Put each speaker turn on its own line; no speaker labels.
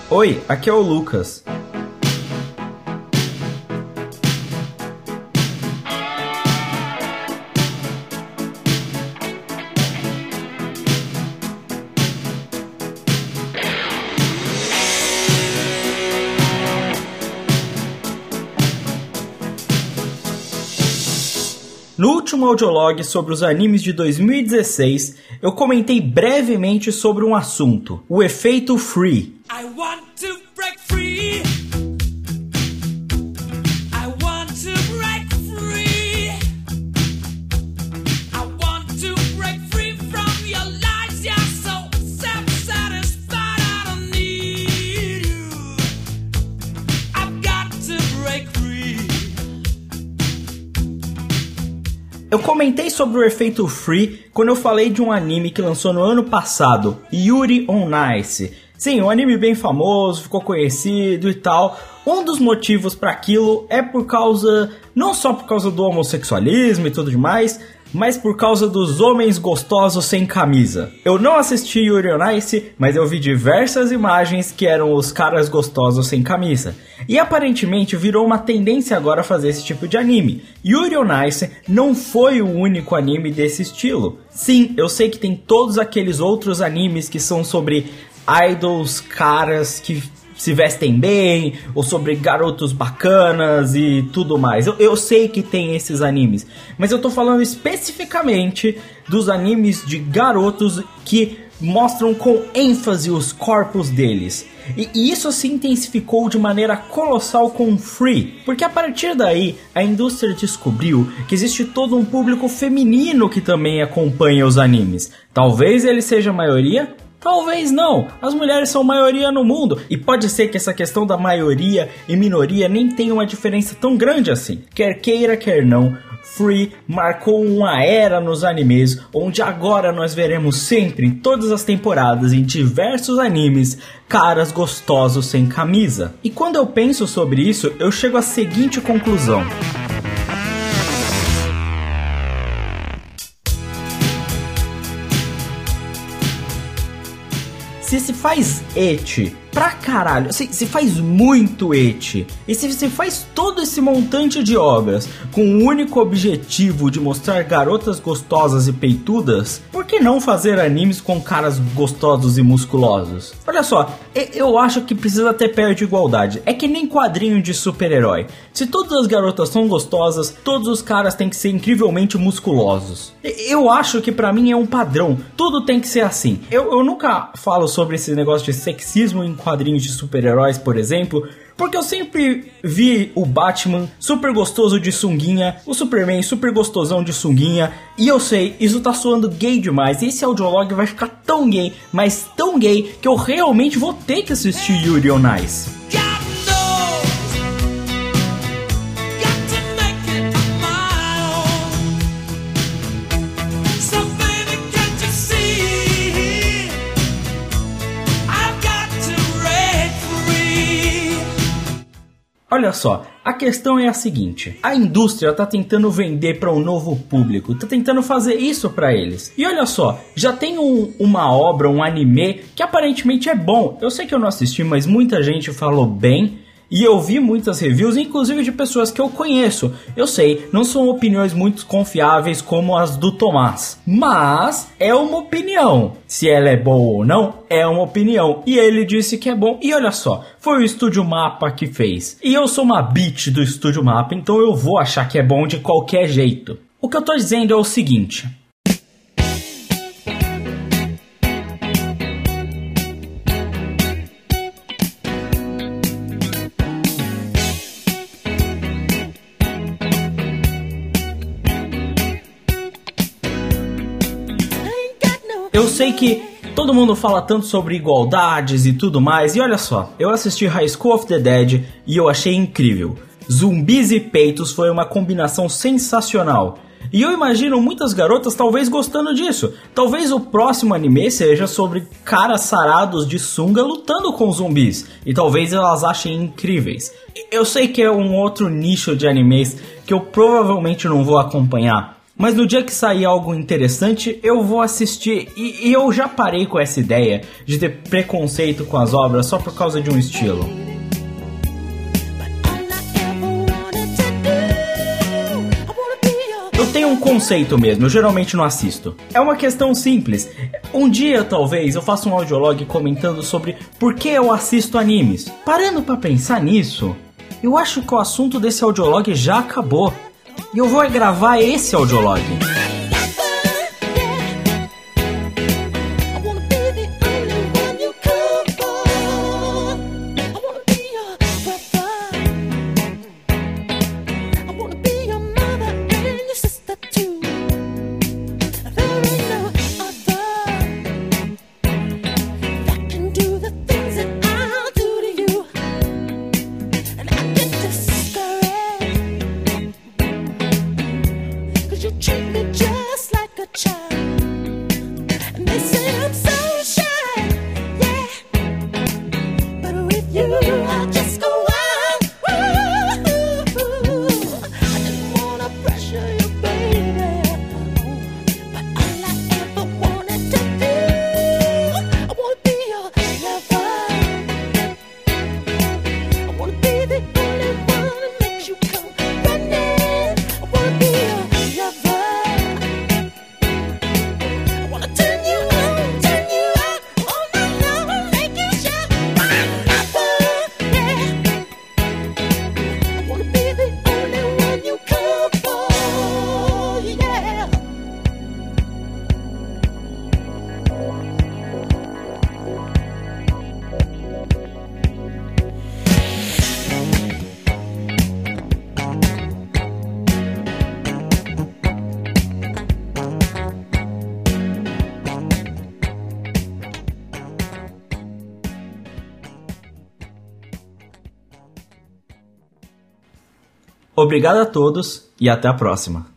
Oi, aqui é o Lucas. No último audiolog sobre os animes de 2016, eu comentei brevemente sobre um assunto, o efeito Free. I want to break free. I want to break free. I want to break free from your lies. You're so self-satisfied. I don't need you. I've got to break free. Eu comentei sobre o efeito Free quando eu falei de um anime que lançou no ano passado, Yuri on Ice. Sim, um anime bem famoso, ficou conhecido e tal. Um dos motivos para aquilo é por causa, não só por causa do homossexualismo e tudo demais, mas por causa dos homens gostosos sem camisa. Eu não assisti Yuri on Ice, mas eu vi diversas imagens que eram os caras gostosos sem camisa. E aparentemente virou uma tendência agora a fazer esse tipo de anime. Yuri on Ice não foi o único anime desse estilo. Sim, eu sei que tem todos aqueles outros animes que são sobre idols, caras que se vestem bem, ou sobre garotos bacanas e tudo mais. Eu sei que tem esses animes, mas eu tô falando especificamente dos animes de garotos que mostram com ênfase os corpos deles. E isso se intensificou de maneira colossal com Free, porque a partir daí a indústria descobriu que existe todo um público feminino que também acompanha os animes. Talvez ele seja a maioria, talvez não, as mulheres são maioria no mundo, e pode ser que essa questão da maioria e minoria nem tenha uma diferença tão grande assim. Quer queira, quer não, Free marcou uma era nos animes, onde agora nós veremos sempre, em todas as temporadas, em diversos animes, caras gostosos sem camisa. E quando eu penso sobre isso, eu chego à seguinte conclusão. Se faz ecchi pra caralho, se faz muito ecchi, e se faz todo esse montante de obras com o único objetivo de mostrar garotas gostosas e peitudas, por que não fazer animes com caras gostosos e musculosos? Olha só, eu acho que precisa ter pé de igualdade. É que nem quadrinho de super-herói. Se todas as garotas são gostosas, todos os caras têm que ser incrivelmente musculosos. Eu acho que pra mim é um padrão. Tudo tem que ser assim. Eu nunca falo sobre esse negócio de sexismo em quadrinhos de super-heróis, por exemplo, porque eu sempre vi o Batman super gostoso de sunguinha, o Superman super gostosão de sunguinha, e eu sei, isso tá soando gay demais. Esse audiolog vai ficar tão gay, mas tão gay, que eu realmente vou ter que assistir Yuri on Ice. Olha só, a questão é a seguinte, a indústria tá tentando vender para um novo público, tá tentando fazer isso para eles. E olha só, já tem uma obra, um anime que aparentemente é bom. Eu sei que eu não assisti, mas muita gente falou bem. E eu vi muitas reviews, inclusive de pessoas que eu conheço. Eu sei, não são opiniões muito confiáveis como as do Tomás, mas é uma opinião. Se ela é boa ou não, é uma opinião. E ele disse que é bom. E olha só, foi o Estúdio Mapa que fez. E eu sou uma bitch do Estúdio Mapa, então eu vou achar que é bom de qualquer jeito. O que eu tô dizendo é o seguinte. Eu sei que todo mundo fala tanto sobre igualdades e tudo mais, e olha só, eu assisti High School of the Dead e eu achei incrível. Zumbis e peitos foi uma combinação sensacional. E eu imagino muitas garotas talvez gostando disso. Talvez o próximo anime seja sobre caras sarados de sunga lutando com zumbis. E talvez elas achem incríveis. Eu sei que é um outro nicho de animes que eu provavelmente não vou acompanhar. Mas no dia que sair algo interessante, eu vou assistir. E eu já parei com essa ideia de ter preconceito com as obras só por causa de um estilo. Eu tenho um conceito mesmo, eu geralmente não assisto. É uma questão simples. Um dia, talvez, eu faça um audiolog comentando sobre por que eu assisto animes. Parando pra pensar nisso, eu acho que o assunto desse audiolog já acabou. E eu vou gravar esse audiolog. Obrigado a todos e até a próxima.